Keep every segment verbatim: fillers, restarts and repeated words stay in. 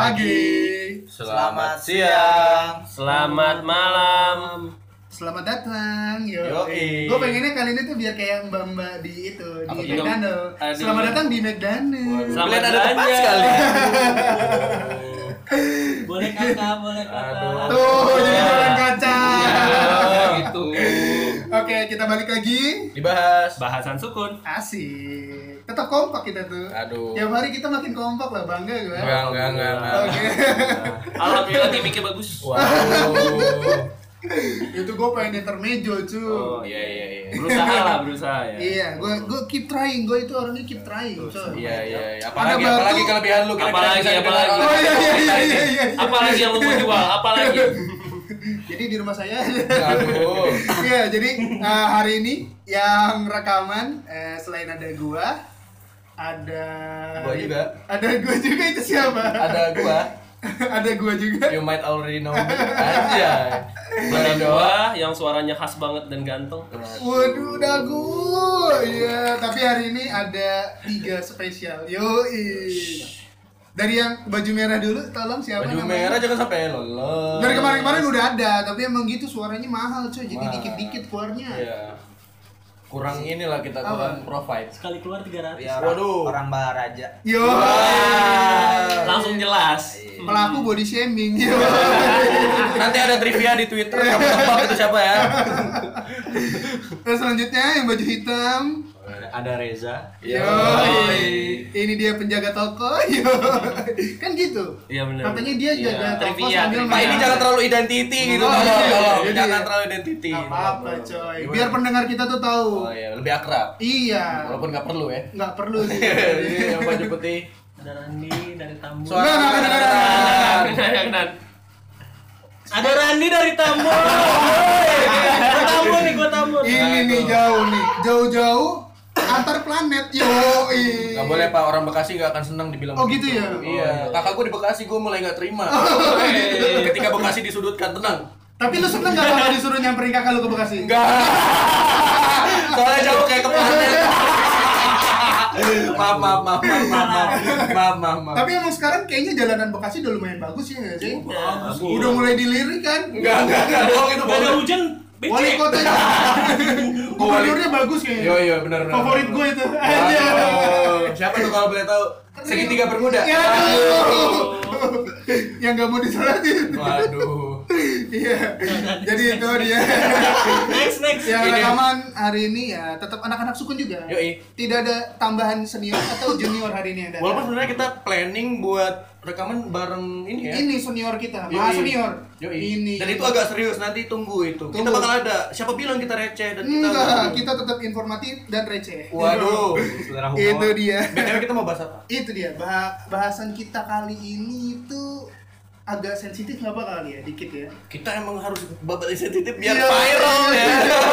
pagi. Selamat siang. Selamat malam. Selamat datang. Yo. Yoi. Gue pengennya kali ini tuh biar kayak mbak-mbak di itu Apa di itu? McDonald. Aduh. Selamat datang di McDonald. Selamat Kalian ada tepat belanja. sekali. Boleh kakak, boleh kakak. Aduh. Tuh, jadi jualan kaca. Ya, gitu. Oke, kita balik lagi. Dibahas. Bahasan sukun. Asik. Tetap kompak kita tuh. Aduh. Tiap hari kita makin kompak lah, bangga gue. Enggak, enggak, enggak, enggak. Oke. Alhamdulillah timiknya bagus. Waduh. Itu gue pengen intermezzo, cu. Oh iya iya iya. Berusaha lah, berusaha ya. Iya, gue gue keep trying. Gue itu orangnya keep trying, cuy. Iya, iya, iya. Ada Apalagi, batu. apalagi kelebihan lu kira-kira Apalagi, bisa didengar apalagi. oleh- Oh iya iya iya iya. iya. Apalagi yang lu mau jual? Apalagi? Jadi di rumah saya. Aduh. Iya, jadi uh, hari ini yang rekaman uh, selain ada gua, ada Gua juga. Ada gua juga itu siapa? Ada gua. Ada gua juga. You might already know me. Anjay. Ada gua yang suaranya khas banget dan ganteng. Waduh, dagu. Iya, tapi hari ini ada tiga spesial. Yoi. Dari yang baju merah dulu, tolong siapa Baju namanya? merah jangan sampai lolos. Dari kemarin-kemarin udah ada, tapi emang gitu suaranya mahal cuy, jadi Mahal. dikit-dikit keluarnya. Iya. Kurang inilah kita Apa? kurang provide. Sekali keluar tiga ratus. Ya, orang, Waduh. orang Baraja. Yo. Langsung jelas. Pelaku body shaming. Yo. Nanti ada trivia di Twitter, kamu tebak itu siapa ya? Terus selanjutnya yang baju hitam. Ada Reza. Yo. Ini dia penjaga toko. Yo. Kan gitu. Iya benar. Katanya dia Iya, jaga toko trivia, sambil trivia. Pak ini main. jangan terlalu identity gitu, Oh, tolong, iya, tolong. jadi Jangan ya. terlalu identity. Gak apa-apa coy. Gimana? Biar pendengar kita tuh tahu. Oh iya, lebih akrab. Iya. Walaupun nggak perlu ya. Nggak perlu sih. Ini yang baju putih. Ada Randi dari Tambun. Suara Nggak, nggak, nggak, nggak, nggak. Kenan. Ada Randi dari Tambun. Gua Tambun nih, gua Tambun. Ini nih jauh nih. Jauh-jauh antar planet. Yo. Gak boleh Pak, orang Bekasi gak akan senang dibilang Oh, begitu. gitu ya? Iya, kakak gue di Bekasi gue mulai gak terima. Ketika Bekasi disudutkan, tenang. Tapi lu seneng gak kalau disuruh nyamperin kakak lu ke Bekasi? Enggak. Soalnya jauh kayak ke planet. Maaf, maaf, maaf, maaf, maaf, maaf, maaf, maaf, maaf. Tapi emang sekarang kayaknya jalanan Bekasi udah lumayan bagus ya nggak sih? Bagus. Udah mulai dilirik kan? Enggak, enggak, enggak, bohong itu Gak ada bohong. hujan. Wali Becek. kotanya. Gubernurnya bagus Iya, kayaknya. iya, benar, benar. Favorit gue itu. Aja. Waduh. Siapa tuh kalau boleh tahu? Segitiga bermuda. Ya aduh. Yang nggak mau disolatin. Waduh. Iya. Jadi itu dia. Next, next. Yang Ini- rekaman hari ini ya tetap anak-anak sukun juga. Yoi. Tidak ada tambahan senior atau junior hari ini yang datang. Walaupun sebenarnya kita planning buat rekaman bareng ini ya. Ini senior kita, Yoi. maha senior. Yoi. Ini. Dan itu agak serius, nanti tunggu itu. Kita Tunggu. bakal ada. Siapa bilang kita receh dan kita Enggak, kita tetap informatif dan receh. Waduh. Itu dia. B T W kita mau bahas apa? Itu dia. Bah- bahasan kita kali ini itu agak sensitif nggak apa kali ya, dikit ya. Kita emang harus babat sensitif biar Iya. viral ya.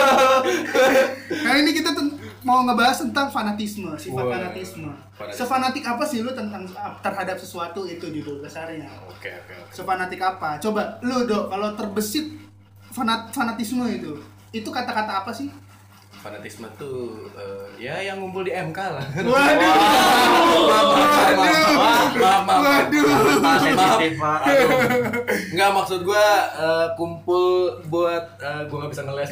Kali ini kita ten- mau ngebahas tentang fanatisme, sifat Wah, fanatisme. fanatisme. Sefanatik apa sih lu tentang terhadap sesuatu itu judul besarnya. Oke, oke, oke. Sefanatik apa? Coba lu Dok, kalau terbesit fanat fanatisme itu, itu kata-kata apa sih? Fanatisme tuh eh, ya yang ngumpul di M K lah. Waduh. Maaf, maaf, maaf, maaf, maaf. Waduh. Maaf, Sensitif, maaf. Pak. Aduh. Enggak, maksud gua eh, kumpul buat eh, gua nggak bisa ngeles.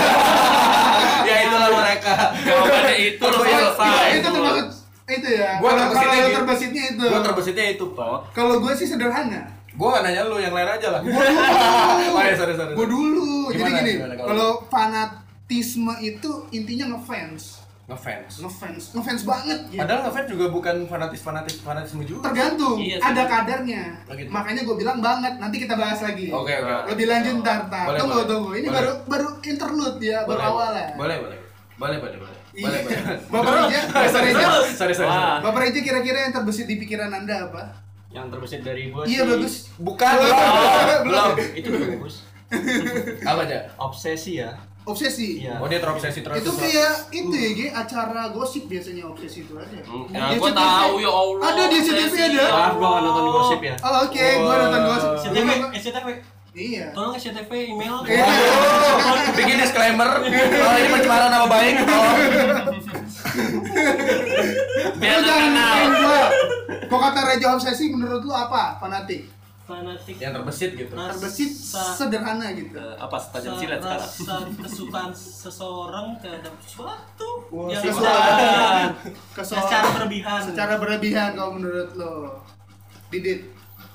Ya itulah mereka. Jawabannya itu Terus udah selesai. Itu termasuk itu ya. Gua Kalau- terbesitnya kalau gitu. terbesitnya itu. Gua terbesitnya itu, Pak. Kalau gue sih sederhana. Gua nggak nanya lu, yang lain aja lah. Oh ya, sorry, sorry. Gue dulu. Jadi Gimana, gini, gimana kalau- kalau fanatisme itu intinya ngefans. Ngefans. Ngefans, ngefans banget gitu. Padahal ngefans juga bukan fanatis-fanatis fanatisme juga. Tergantung, Iya sih. ada kadarnya. Oh, gitu. Makanya gue bilang banget, nanti kita bahas lagi. Oke, oke. oke. Lebih lanjut ntar, ntar. Boleh, Tunggu, boleh. tunggu. Ini Boleh. baru baru interlude ya, baru Boleh. awal ya. Boleh, boleh. Boleh, boleh, boleh. Iya. Boleh, boleh. Bapak Reja, Sorry, Bapak sorry, Reja, sorry, sorry, sorry. Wah. Bapak Reja kira-kira yang terbesit di pikiran Anda apa? Yang terbesit dari gua Iya sih. bagus. Bukan, Belum. belum. Belum. Itu udah bagus. Apa aja? Obsesi ya. Obsesi. Iya. Oh, dia terobsesi terus. Itu kayak itu ya, Ge, acara gosip biasanya obsesi itu ada. Ya, Di gua C T V. tahu, ya Allah. Ada di C T V ada. Maaf gua nggak nonton gosip ya. Oh, oke, gua nonton gosip. S C T V, S C T V. Iya. Tolong S C T V email. Iya. Bikin disclaimer. Kalau ini pencemaran nama baik. Oh. Biar Lu jangan terkenal. ngatain gua. Kalau kata Reja Obsesi menurut lu apa? Fanatik. Fanatik. Yang terbesit gitu. Ras- Terbesit sa- sederhana gitu. Eh, apa tajam silat sekarang? Rasa kesukaan seseorang terhadap sesuatu Wah, yang sesuatu. secara, secara berlebihan. Secara berlebihan kalau menurut lo. Didit.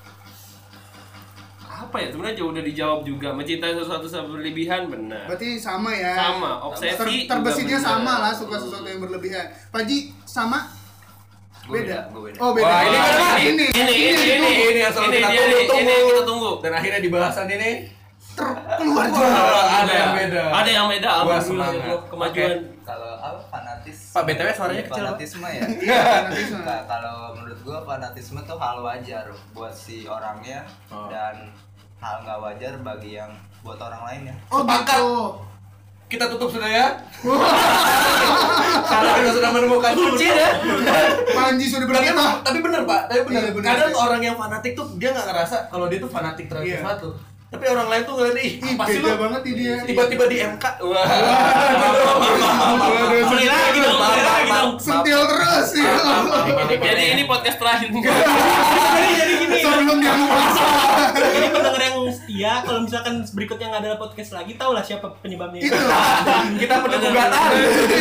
Apa ya? Sebenarnya udah dijawab juga. Mencintai sesuatu secara berlebihan benar. Berarti sama ya. Sama, obsesi Ter- juga terbesitnya bener. sama lah, suka sesuatu yang berlebihan. Panji sama? Gua Beda. beda, gua beda. Oh, beda. Wah, ini kan ini. ini ini ini ini yang selalu ini kita dia tunggu, nih, tunggu. ini yang kita tunggu. Dan akhirnya di bahasan ini Terkeluar juga. wah, ada yang beda. Ada yang beda. Gua Alhamdulillah ya semangat. Allah, kemajuan. Kalau apa fanatis? Pak, B T W suaranya kecil, Pak. Fanatisme ya. Iya, fanatisme. Nah, kalau menurut gua fanatisme tuh hal wajar buat si orangnya Oh. dan hal nggak wajar bagi yang buat orang lainnya. Oh, Sepakat. gitu. Kita tutup sudah ya. Karena kita sudah menemukan kunci ya. Panji sudah Tapi, berkata. tapi bener Pak, tapi bener. Iya, bener Kadang sih. orang yang fanatik tuh dia nggak ngerasa kalau dia tuh fanatik terhadap Iya. sesuatu. Tapi orang lain tuh ngeliat, ih, Ih, apa sih beda lu? banget ini dia. Tiba-tiba di M K. Wah. Beli lagi dong, beli lagi dong. Sentil terus ya. Jadi ini podcast terakhir. Jadi jadi gini. Sebelum dia puasa. Jadi pendengar yang setia, kalau misalkan berikutnya nggak ada podcast lagi, tau lah siapa penyebabnya. Itu. Kita penuh gugatan.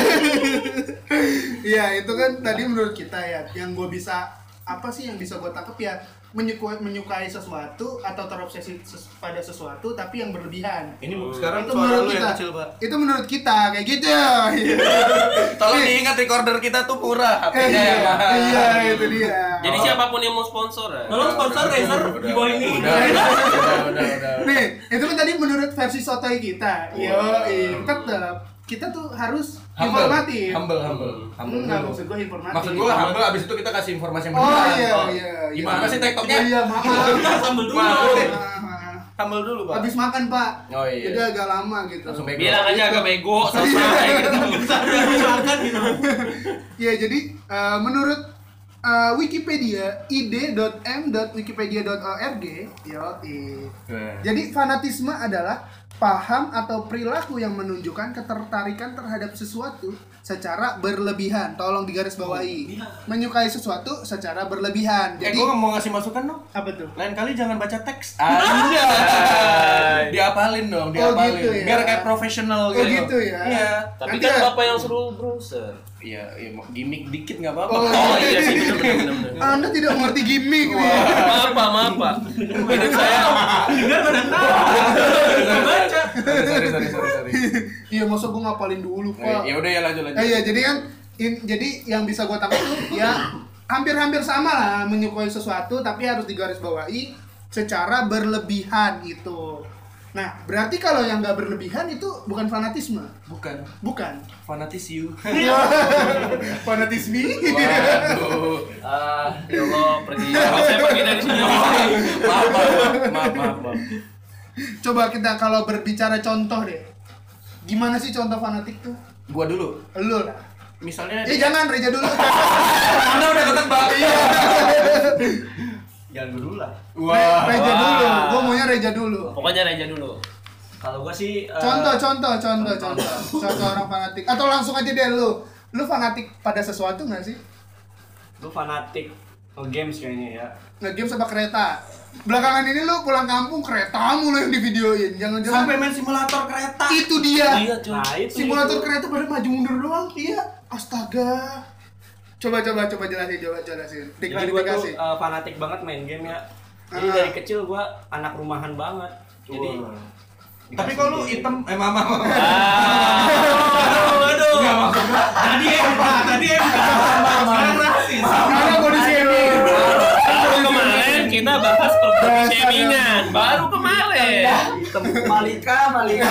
Iya, itu kan tadi menurut kita ya, yang gue bisa apa sih yang bisa gue tangkap ya, menyukai menyukai sesuatu atau terobsesi ses- pada sesuatu tapi yang berlebihan. Ini sekarang Itu suara menurut lu yang kita. kecil, Pak. Itu menurut kita kayak gitu. Tolong diingat recorder kita tuh pura, H P-nya Iya, yang mahal. iya itu dia. Jadi siapapun yang mau sponsor ya. Tolong sponsor Razer di bawah ini. Udah, udah, udah, udah, udah. Nih, itu kan tadi menurut versi sotoy kita. Yo, tetap kita tuh harus Humble, informatif. humble, humble, humble. Enggak, dulu. maksud gue informatif. Maksud gua humble, abis itu kita kasih informasi yang Oh benar. iya, iya. Gimana iya. sih TikToknya? Iya, iya, maaf. Sambel dulu. Maaf. Ah, Humble dulu, Pak. Habis makan, Pak. Oh, iya. Jadi agak lama gitu. Langsung bego. Bilang aja agak bego, selesai gitu. Habis makan gitu. Ya, jadi eh, menurut eh, Wikipedia i d dot m dot wikipedia dot org, yo, i. Jadi fanatisme adalah paham atau perilaku yang menunjukkan ketertarikan terhadap sesuatu secara berlebihan. Tolong digarisbawahi. Menyukai sesuatu secara berlebihan. Eh, Jadi gua mau ngasih masukan dong. apa tuh? Lain kali jangan baca teks. Anjay. Diapalin dong, diapalin. gitu ya. Biar kayak profesional Oh, gitu. gitu ya. Iya. Tapi Nanti kan ya- bapak yang suruh browser. Iya, iya, mau gimmick dikit enggak apa-apa. Oh, Oh iya sih benar benar benar. Anda tidak mengerti gimmick nih. Maaf pak, maaf pak. Hidup saya. Dengar mana tahu. Nggak baca. Sorry, sorry, sorry, sorry. Iya, masa gue ngapalin dulu, Pak. Ya udah ya lanjut lanjut. Eh, iya, jadi kan in- jadi yang bisa gue tangkap tuh ya hampir-hampir sama lah menyukai sesuatu tapi harus digarisbawahi secara berlebihan itu. Nah, berarti kalau yang nggak berlebihan itu bukan fanatisme, Bukan. bukan Fanatis you. fanatisme. Waduh. Ah, ya Allah pergi. Saya pergi dari sini. Maaf, maaf, maaf, maaf, maaf. Coba kita kalau berbicara contoh deh, gimana sih contoh fanatik tuh? Gua dulu. Lu lah. Misalnya Eh jangan Reja dulu. Anda udah ketebak. Iya. Jangan dulu lah. Wah. Reja Wah. dulu. Gua maunya Reja dulu. Pokoknya Reja dulu. Kalau gua sih eh, Contoh, contoh, contoh, contoh, contoh orang fanatik. Atau langsung aja deh lu. Lu fanatik pada sesuatu nggak sih? lu fanatik games kayaknya ya. Nge-game sama kereta. Belakangan ini lu pulang kampung kereta mulu yang di videoin. Jangan-jangan Sampai main simulator kereta. itu dia. Iya cuy. Nah, itu Simulator itu. kereta pada maju mundur doang. Iya. Astaga. Coba coba coba jelasin, coba jelasin. Jadi gua tuh Diklarifikasi. eh, fanatik banget main game ya. Jadi Ah. dari kecil gua anak rumahan banget. Jadi Tapi kalau lu hitam eh mama mama. Aduh, aduh. Enggak maksud gua. Tadi M K, tadi M K. Sekarang rasis. Karena body shaming. Baru kemarin kita bahas perbuatan shamingan. Baru kemarin. hitam Malika, Malika.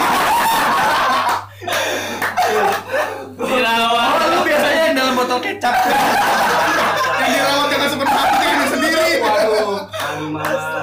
Dirawat. Oh, lu biasanya yang dalam botol kecap. Yang dirawat dengan sepenuh hati ini sendiri. Waduh. Anima.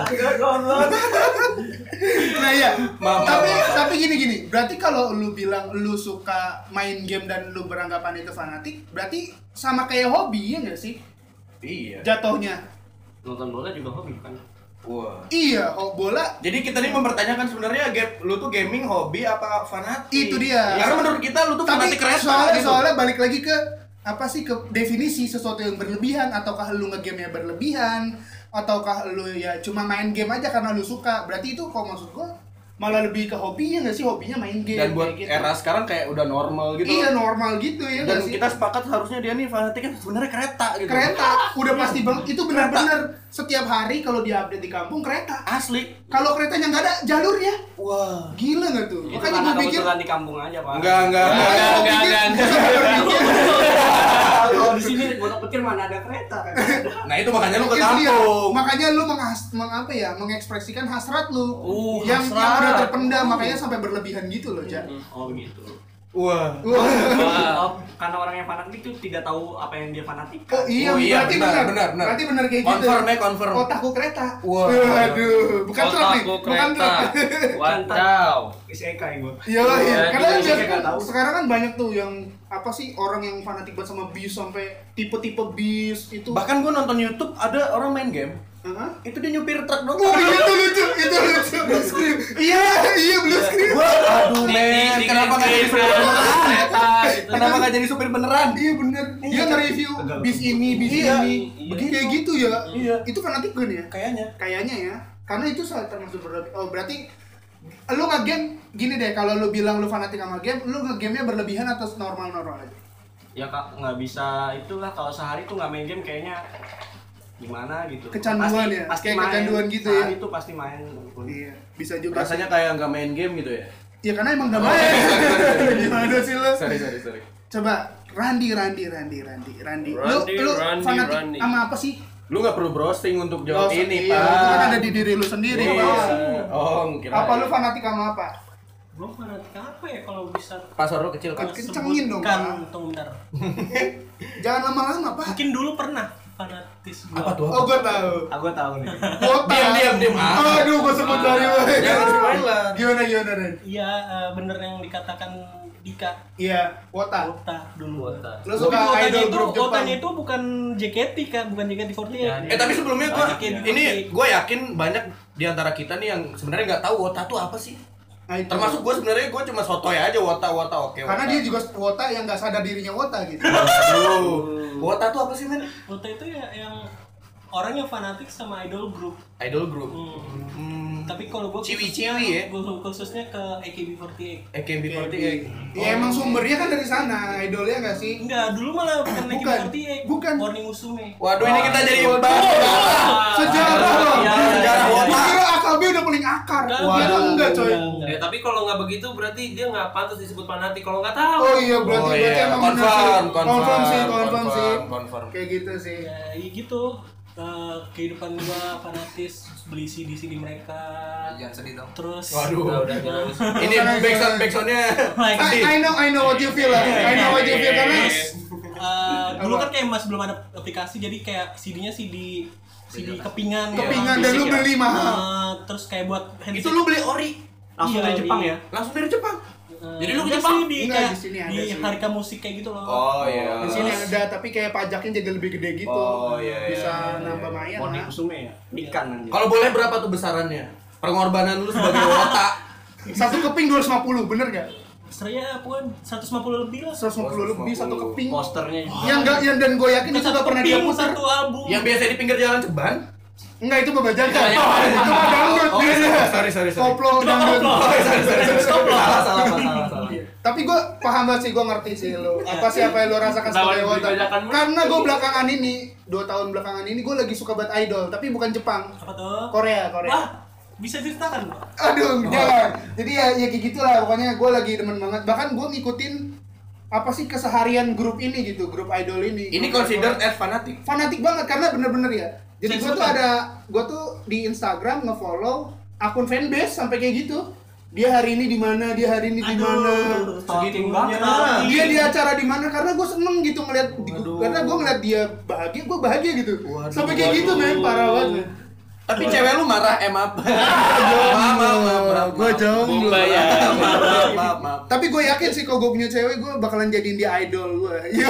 Nah iya. Maaf, Tapi maaf. tapi gini gini. Berarti kalau lu bilang lu suka main game dan lu beranggapan itu fanatik, berarti sama kayak hobi ya nggak sih? Iya. Jatuhnya. Nonton bola juga hobi kan. Wah. Iya, oh, bola Jadi kita nih mempertanyakan sebenarnya game lu tuh gaming hobi apa fanatik? Itu dia. Karena menurut kita lu tuh tapi fanatik kereta soalnya gitu. soalnya balik lagi ke apa sih ke definisi sesuatu yang berlebihan, ataukah lu nge-game-nya berlebihan, ataukah lu ya cuma main game aja karena lu suka. Berarti itu kalau maksud gua malah lebih ke hobinya nggak sih, hobinya main game. Dan buat kayak gitu. era sekarang kayak udah normal gitu. Iya normal gitu ya. Dan nggak sih? kita sepakat harusnya dia nih fanatik kan sebenarnya kereta gitu. Kereta udah pasti banget itu benar-benar setiap hari kalau dia update di kampung kereta. Asli. Kalau keretanya nggak ada jalurnya, Wah. gila nggak tuh? Itu Makanya karena gue pikir kebetulan di kampung aja, Pak. Enggak, enggak. makanya Enggak, gua enggak, pikir- enggak, enggak. gua pikir- Kalau di sini gua tak pikir mana ada kereta kan. Nah, itu makanya lu ke Itu dia. kampung. Makanya lu menghas meng apa ya, mengekspresikan hasrat lu Uh, yang hasrat. yang udah terpendam, makanya sampai berlebihan gitu loh, Ja. Oh gitu. Wah. Wah. Oh, karena orang yang fanatik itu tidak tahu apa yang dia fanatikkan. Oh iya, Oh iya, berarti benar, benar, benar, benar. Berarti benar kayak gitu. Confirm ya, confirm. Otakku kereta. Wah. Aduh, bukan truk nih, Otakku bukan kereta. truk. Wadaw. Is Eka ya gua. Iya lah, iya. Ya, Karena di Indonesia biasanya nggak tahu. sekarang kan banyak tuh yang apa sih orang yang fanatik banget sama bis sampai tipe-tipe bis itu. Bahkan gua nonton YouTube ada orang main game. Hah? Itu dia nyupir truk dong. Oh iya itu lucu, itu lucu. Blue screen. Iya, iya blue screen. Gua aduh Di- men, di- kenapa di- enggak jadi di- supir beneran? kereta gitu. Kenapa enggak jadi supir beneran? Iya bener. Dia nge-review bis ini, bis Iya, ini. iya. Begitu kayak gitu ya. Iya. Itu fanatik kan ya? Kayaknya. Kayaknya ya. Karena itu salah termasuk berlebih. Oh, berarti lu nge-game gini deh, kalau lu bilang lu fanatik sama game, lu nge-game-nya berlebihan atau normal-normal aja? Ya Kak, nggak bisa itulah kalau sehari tuh nggak main game kayaknya gimana gitu. Kecanduan Pasti- ya? Pasti Kayak main. kecanduan gitu Sehari ya? itu pasti main. Iya, bisa juga. Rasanya kayak nggak main game gitu ya. Ya karena emang gak main. Gimana sih lu? Sorry, sorry, sorry. Coba Randi, Randi, Randi, Randi, Randi. Lu, Randi, lu Randi, fanatik Randi. sama apa sih? Lu nggak perlu browsing untuk jawab Oh, ini, iya, Pak. itu kan ada di diri lu sendiri, Iya. Pak. Oh, mungkin. Apa lu fanatik sama apa? Gua fanatik apa ya kalau bisa Password lu kecil kan? Kencengin dong, sebutkan, Pak. tunggu bentar. Jangan lama-lama, Pak. Mungkin dulu pernah fanatis gua. Apa tuh? Oh, gua tahu. Aku tahu nih. Kuota. Diam, diam, diam. Ah. Aduh, gua sebut dari mana? Jangan spoiler. Gimana, gimana, Ren? Iya, eh, bener yang dikatakan Dika. Iya, kuota. Wota dulu. Wota. Lu Tapi suka wotanya idol itu, grup Jepang? wotanya itu bukan J K T kan, bukan J K T empat delapan. Ya, Eh tapi sebelumnya gua Banyak yang ini ngerti. gua yakin banyak di antara kita nih yang sebenarnya nggak tahu wota tuh apa sih. Nah, itu. Termasuk gua sebenarnya gua cuma sotoy aja wota wota oke. Karena wota. dia juga wota yang nggak sadar dirinya wota gitu. Aduh. Wota tuh apa sih, men? Wota itu ya yang orang yang fanatik sama idol group. Idol group. Hmm. Hmm. Tapi kalau gua Ciwi-ciwi ya? gua khususnya ke A K B empat delapan. A K B empat delapan. Ya emang sumbernya kan dari sana, idolnya nggak sih? Enggak, dulu malah bukan A K B Bukan. empat delapan. Bukan. Morning Musume. Waduh, ini kita jadi Waduh. bahas Sejarah loh. Iya, sejarah Gua wota. kira A K B udah paling akar. Enggak, Waduh, enggak coy. enggak. Ya, tapi kalau nggak begitu berarti dia nggak pantas disebut fanatik kalau nggak tahu. Oh iya, berarti Oh berarti iya, emang benar sih. confirm, confirm, Confirm sih, confirm sih. confirm. Kayak gitu sih. Ya, iya gitu. Eh, kehidupan gua fanatis beli C D C D mereka. Jangan sedih dong. Terus Waduh. Udah, udah, jangan. Ini backsound backsoundnya. like, I, I know, I know what you feel lah. I know what you feel karena eh, dulu kan kayak masih belum ada aplikasi jadi kayak C D-nya C D C D kepingan. kepingan ya. dan lu beli mahal. Eh, terus kayak buat handset. Itu lu beli ori Langsung Iya, dari Jepang iya. ya? langsung dari Jepang. Eh, Jadi lu ke enggak Jepang? sih, di Enggak, kayak di sini ada di sih. harga musik kayak gitu loh. Oh iya. Di sini ada tapi kayak pajaknya jadi lebih gede gitu. Oh, iya, iya, Bisa iya, iya. nambah mayan Morning lah. Musume ya? Ikan anjir. Kalau boleh berapa tuh besarannya? Pengorbanan lu sebagai wota. Satu keping dua ratus lima puluh, bener gak? Seraya pun seratus lima puluh lebih lah. seratus lima puluh lebih satu keping. Posternya Yang enggak yang dan gue yakin itu Satu gak pernah dia keping, putar. satu album. Yang biasa di pinggir jalan ceban. Enggak, itu babajakan. Itu mah dangdut Oh, biasa. sorry, sorry, sorry. Koplo dangdut. Sorry, sorry, sorry. Salah, salah, Pak, salah, salah. Tapi gue paham banget sih, gue ngerti sih lo. Apa sih apa yang lo rasakan Kenapa sebagai wota? dibajakan mulu? Karena gue belakangan ini, dua tahun belakangan ini gue lagi suka banget idol, tapi bukan Jepang, Apa tuh? Korea, Korea. Wah, bisa ceritakan, Pak? Aduh, jangan. Jadi ya, ya kayak gitulah. Pokoknya gue lagi demen banget. Bahkan gue ngikutin apa sih keseharian grup ini gitu, grup idol ini. Ini Grup considered idol. as fanatik. Fanatik banget karena bener-bener ya. Jadi gue tuh Censuran. ada, gue tuh di Instagram nge-follow akun fanbase sampai kayak gitu. Dia hari ini di mana, dia hari ini di mana. Stalking banget. Nah, dia di acara di mana karena gue seneng gitu ngeliat karena gue ngeliat dia bahagia, gue bahagia gitu. Sampai kayak gitu men, parah banget. Men. Tapi cewek lu marah, eh maaf. Maaf, maaf, maaf, maaf. Gue jomblo. Bomba ya. Maaf, maaf, maaf, maaf. Tapi gue yakin sih kalau gue punya cewek, gue bakalan jadiin dia idol gue. Yo.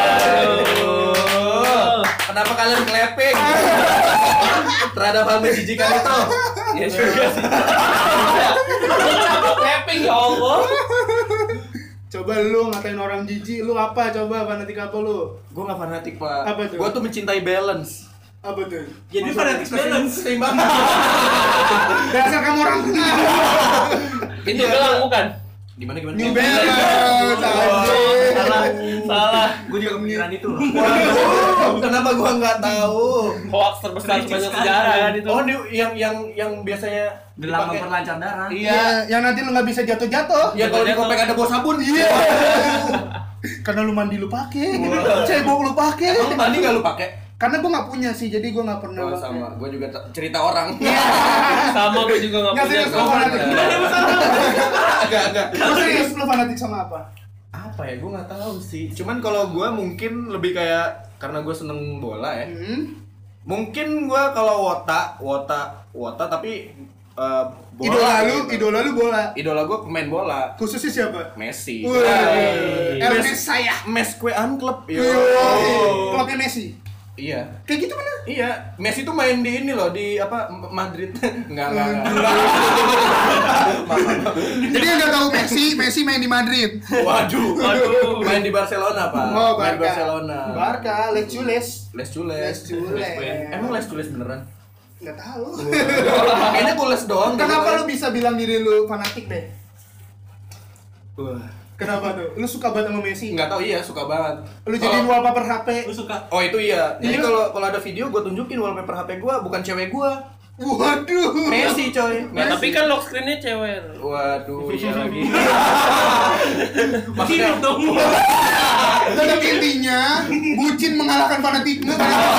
Aduh. Kenapa kalian ngeleping? Terhadap hal menjijikan itu. Ya juga sih. Lapping ya Allah. Coba lu ngatain orang jijik, lu apa coba fanatik apa lu? Gue nggak fanatik pak. Apa tuh? Gue tuh mencintai balance. Apa tuh? Jadi fanatik balance. Keseimbangan. Dasar kamu orang Itu gelang bukan? Gimana gimana? New Balance, anjing. Salah, salah. Gue juga kepikiran itu loh. Waduh, kenapa gue nggak tahu? Hoax terbesar sepanjang sejarah kan itu. Oh, di- yang yang yang biasanya Gelang dipakai- memperlancar darah. Iya. Iya, yang nanti lu nggak bisa jatuh-jatuh. Ya kalau di kopek ada bau sabun. Iya. Karena lu mandi lu pakai. Cebok lu pakai. Emang lu mandi nggak lu pakai? Karena gua nggak punya sih, jadi gua nggak pernah. Oh, pakai. sama. Gue juga t- cerita orang. Sama gue juga nggak Nggak punya. serius, lu fanatik. Agak agak. Lu serius lu fanatik sama apa? Apa ya? Gue nggak tahu sih. Cuman kalau gue mungkin lebih kayak karena gue seneng bola ya. Hmm. Mungkin gue kalau wota, wota, wota tapi uh, bola. Idola lu, gitu. idola lu bola. Idola gue pemain bola. Khususnya siapa? Messi. Wih, Mes- Ernest saya. Mes Kwean Club. Yo. Yo, klubnya Messi. Iya. Kayak gitu bener. Iya, Messi tuh main di ini loh, di apa M- Madrid. Enggak, enggak, enggak. Jadi yang nggak tahu Messi, Messi main di Madrid. Waduh. Waduh. Main di Barcelona, Pak. Oh, main Barca. Barcelona. Barca, Les Jules. Les Jules. Les Jules. Emang Les Jules beneran? Nggak tahu. Kayaknya gue les doang. deh. Kenapa lu bisa bilang diri lu fanatik deh? Wah. Kenapa tuh? Lu suka banget sama Messi? Enggak tahu, iya, suka banget. Lu jadiin Kalau- wallpaper H P. Lu suka? Oh, itu iya. Jadi Iya. kalau kalau ada video gue tunjukin wallpaper H P gue bukan cewek gue. Waduh. Messi, coy. Nah, Messi. tapi kan lock screen-nya cewek. Waduh, iya lagi. Maksudnya Maksudnya dong. Tetap intinya, bucin mengalahkan fanatikme.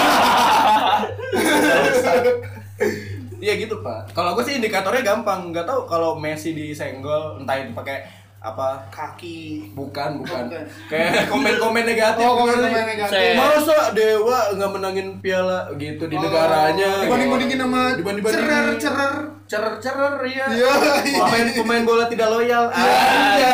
Iya gitu, Pak. Kalau gue sih indikatornya gampang. Nggak tahu kalau Messi disenggol, entah itu pakai apa, Kaki. bukan bukan Bukan. kayak komen-komen negatif. Oh, komen-komen negatif. Saya- Masa Dewa nggak menangin piala gitu di Oh, negaranya? Dibanding-bandingin sama Dibanding-bandingin. cerer-cerer. Cerer-cerer ya. Iya. Pemain pemain bola tidak loyal. Iya.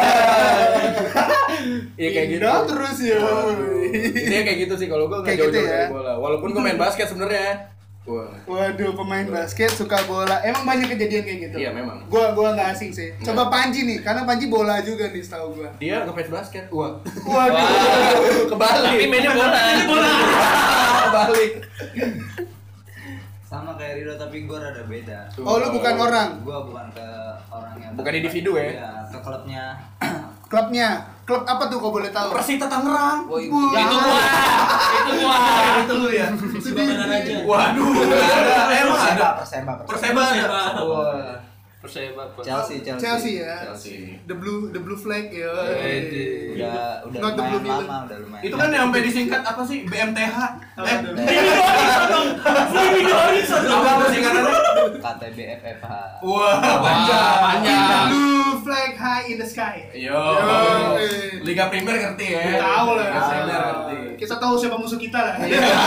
Iya kayak gitu. Indah terus ya. Ini kayak gitu sih kalau gue nggak Kayak gitu jauh-jauh ya. dari bola. Walaupun gue main basket sebenarnya. Wah. Waduh, pemain basket suka bola. Emang banyak kejadian kayak gitu. Iya, memang. Gua gua nggak asing sih. Coba Panji nih, karena Panji bola juga nih setahu gua. Dia ngefans basket. Wah. Waduh. Kebalik. Tapi mainnya bola. Kebalik. Sama kayak Rido tapi gue rada beda. Oh, lu bukan orang. Gue bukan ke orang yang Bukan individu ya? Iya, ke klubnya. Klubnya, klub apa tuh kau boleh tahu? Persita Tangerang. Oh, Wah. Itu gua. Itu gua. Itu lu ya. Sebagian aja. Waduh. Ada. Emang ada. Perseba, Perseba. Perseba ada. Perseba. Wah. Perseba. Chelsea, Chelsea. Chelsea ya. Chelsea. The blue the blue flag ya. Ede. Udah udah Not the lumayan blue lama, udah lumayan. Itu kan yang sampai disingkat apa sih? B M T H. Eh, apa apa singkatannya? K T B F F H. Wah, panjang. Panjang. Blue flag high in the sky. Yo. Yo. Liga Primer ngerti ya? Tahu lah. Liga Primer ngerti. Kita tahu siapa musuh kita lah.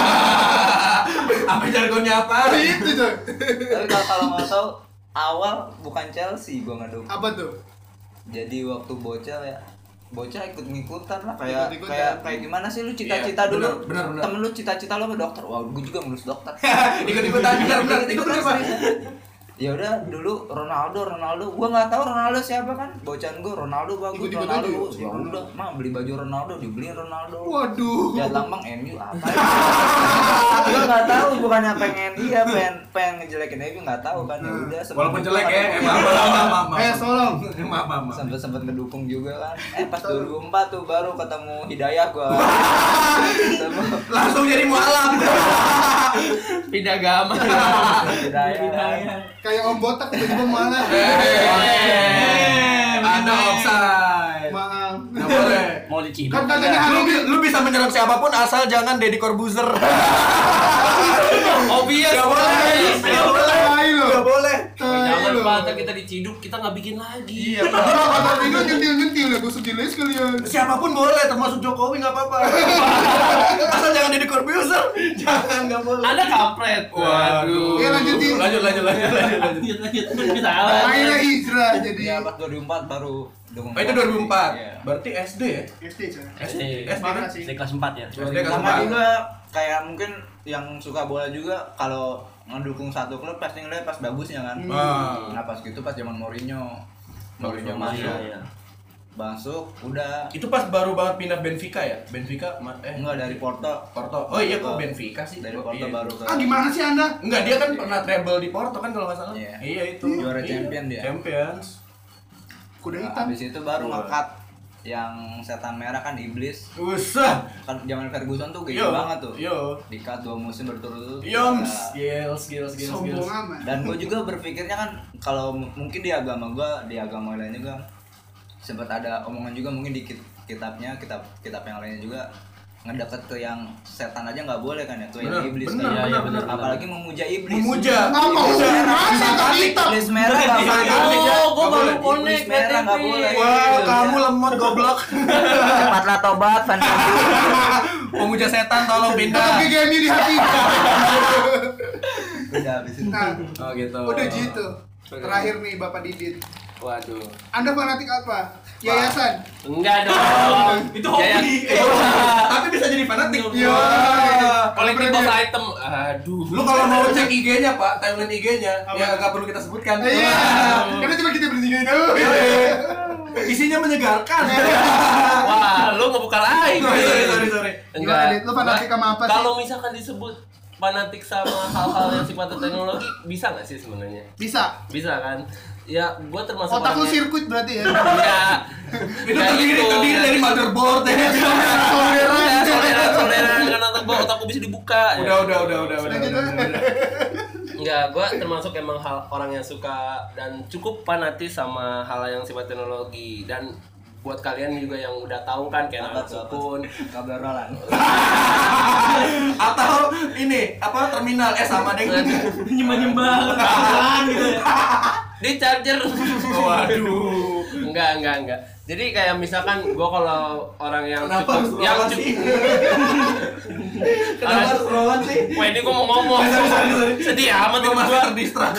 Apa jargonnya apa? Itu tuh. Tapi kalau kalau mau tahu awal bukan Chelsea gue ngedukung. Apa tuh? Jadi waktu bocah ya bocah ikut ngikutan lah kayak Ikut-ikutan. kayak kayak gimana sih lu cita-cita Iya, dulu benar, benar, benar. temen lu cita-cita lu apa dokter wah gue juga lulus dokter Ikut-ikutan benar benar. Itu Ikut-ikutan kenapa? serius. Ya udah dulu Ronaldo Ronaldo gua nggak tahu Ronaldo siapa kan bocan gua Ronaldo bagus Ikut-ikutan Ronaldo juga. bagus. Ya udah mah beli baju Ronaldo dibeliin Ronaldo Waduh. ya lambang M U apa gua nggak tahu bukannya pengen dia pengen pengen ngejelekin M U nggak tahu kan ya udah sempet Walaupun jelek ngedukung, ya, ketemu emang juga. maaf maaf maaf. Eh, tolong. Maaf maaf maaf. sempet sempet ngedukung juga kan eh pas dua ribu empat tuh baru ketemu Hidayah gua ketemu Langsung jadi mualaf. Pindah agama. Hidayah Kayak Om Botak tiba-tiba malah. Eh, ada offside. Maaf. Nggak boleh. Mau diciduk. Kan katanya Lu, hari bi- lu bisa menyerang siapapun asal jangan Deddy Corbuzier. Obvious. Gak boleh. Gak boleh. Tai lo. Gak boleh. Tai Jangan lo. Pak, ntar kita diciduk, kita nggak bikin lagi. Iya, Pak. Nah, kata Rido nyentil-nyentil ya, gue sedih sekalian. Siapapun boleh, termasuk Jokowi nggak apa-apa. Asal jangan Deddy Corbuzier. Jangan, nggak boleh. Anda kampret. Waduh. Iya, lanjutin. Lanjut, lanjut, lanjut, lanjut, lanjut. Lanjut lanjut. Kita salah. Akhirnya hijrah jadi ya pas dua ribu empat baru dukung Oh, itu dua ribu empat. Iya. Berarti S D ya? S D coy. S D. Iya. S D Parah kan? sih. Saya kelas empat ya. S D kelas sama empat. juga kayak mungkin yang suka bola juga kalau ngedukung satu klub pasti ngeliat pas bagusnya kan Ah. nah pas gitu pas zaman Mourinho Mourinho Iya, masuk Iya. masuk udah. Itu pas baru banget pindah Benfica ya? Benfica ma- eh Enggak dari Porto. Porto. Oh iya kok Benfica sih? Dari Oh, Porto iya. baru ke Ah gimana sih Anda? Enggak, dia kan pernah treble di Porto kan kalau nggak salah. Iya. Iya itu. Juara Iya. champion dia. Champions. Kuda Nah, hitam. habis itu baru Wah. ngekat yang setan merah kan iblis. Usah. Kan zaman Ferguson tuh gede Yo. banget tuh. Yo. Dikat dua musim berturut-turut. Yoms. Nah, Gils, gils, gils, gils. Sombong amat. dan gue juga berpikirnya kan kalau m- mungkin di agama gue di agama lain juga sempat ada omongan juga mungkin di kit- kitabnya kitab kitab yang lainnya juga ngedeket ke yang setan aja nggak boleh kan ya ke yang Bener, iblis bener, kan. bener, bener, apalagi memuja iblis Memuja. Nggak mau gimana ke hitam? iblis merah nggak boleh Oh, gua Nggak baru boleh. connect Iblis merah nggak K T P. boleh. Wah, kamu lemot goblok. cepatlah tobat fans Pemuja setan tolong Tetap pindah. G G M di hati. udah habis itu Nah, Oh gitu. udah gitu. Terakhir nih Bapak Didit. Waduh. Anda fanatik apa? Yayasan. Enggak dong. Itu Ya, hobi. ya. Tapi bisa jadi fanatik. Yo. Collectibles item. Aduh. Lu kalau mau cek I G-nya, Pak, timeline I G-nya, ya nggak perlu kita sebutkan. Iya. Karena cuma kita bertiga itu. Isinya menyegarkan. Wah, lu ngebuka lain. Sorry, sorry, sorry, sorry. Gimana, Dit? Lu fanatik sama apa sih? Kalau misalkan disebut fanatik sama hal-hal yang sifatnya teknologi, bisa nggak sih sebenarnya? Bisa. Bisa kan? Ya, gua termasuk Otak lu orang yang- sirkuit berarti ya. Enggak. Itu Nggak terdiri, gitu. terdiri dari motherboard ya. Soleran, soleran, soleran, kan otak gua, otakku bisa dibuka. ya. Udah, udah, udah, udah, udah, gitu. udah, udah. Enggak, gue termasuk emang hal orang yang suka dan cukup fanatis sama hal yang sifat teknologi. Dan buat kalian juga yang udah tahu kan kayak Apa anak tuh, apa sukun. kabar Roland Atau ini apa terminal eh sama deh. Nyembah-nyembah kawan gitu ya. Di charger. Waduh. Enggak, enggak, enggak. Jadi kayak misalkan gue kalau orang yang Kenapa harus cukup yang Roland cukup sih? Kenapa harus Roland sih? Wah, ini gue mau ngomong. Sedih amat Gue hidup masih gue. terdistrak.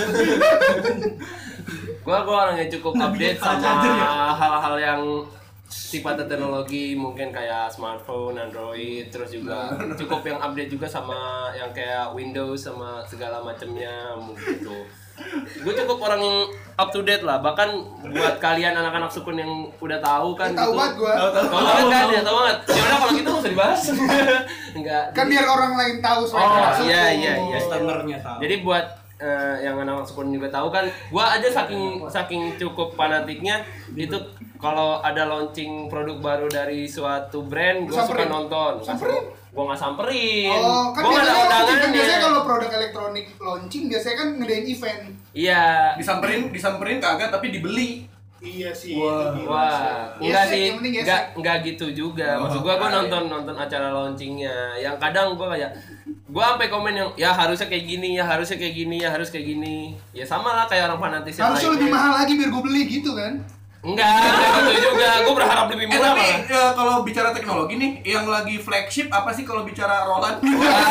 Gue gue orang yang cukup update sama hal-hal yang sifatnya teknologi, mungkin kayak smartphone, Android, terus juga cukup yang update juga sama yang kayak Windows sama segala macamnya gitu. Gue cukup orang yang up to date lah, bahkan buat kalian anak-anak sukun yang udah tahu kan Tahu gitu. banget gua. Tahu banget kan ya, tahu banget. Ya udah kalau gitu nggak usah dibahas. Enggak. Kan biar orang lain tahu soal Oh anak sukun. iya iya iya. Standarnya tahu. Jadi buat eh, yang anak sukun juga tahu kan, gua aja saking saking cukup fanatiknya itu kalau ada launching produk baru dari suatu brand, gua suka Samperin. nonton. Samperin? Gua nggak samperin. Oh, kan Gua nggak ada biasanya launching kan undangannya. biasanya kalau produk elektronik launching biasanya kan ngedain event. Iya. Disamperin, disamperin kagak tapi dibeli. Iya sih. Wah. itu gila Wah, sih. enggak Gesek, sih, yang penting gesek. enggak enggak gitu juga. Oh, Maksud gua gua keren. nonton nonton acara launchingnya. Yang kadang gua kayak gua sampai komen yang ya harusnya kayak gini, ya harusnya kayak gini, ya harus kayak gini. Ya sama lah kayak orang fanatis yang Harusnya lainnya. lebih mahal lagi biar gue beli gitu kan. Enggak, enggak gitu juga. Gua berharap lebih Eh murah tapi malah. ya, kalau bicara teknologi nih, yang lagi flagship apa sih kalau bicara Roland?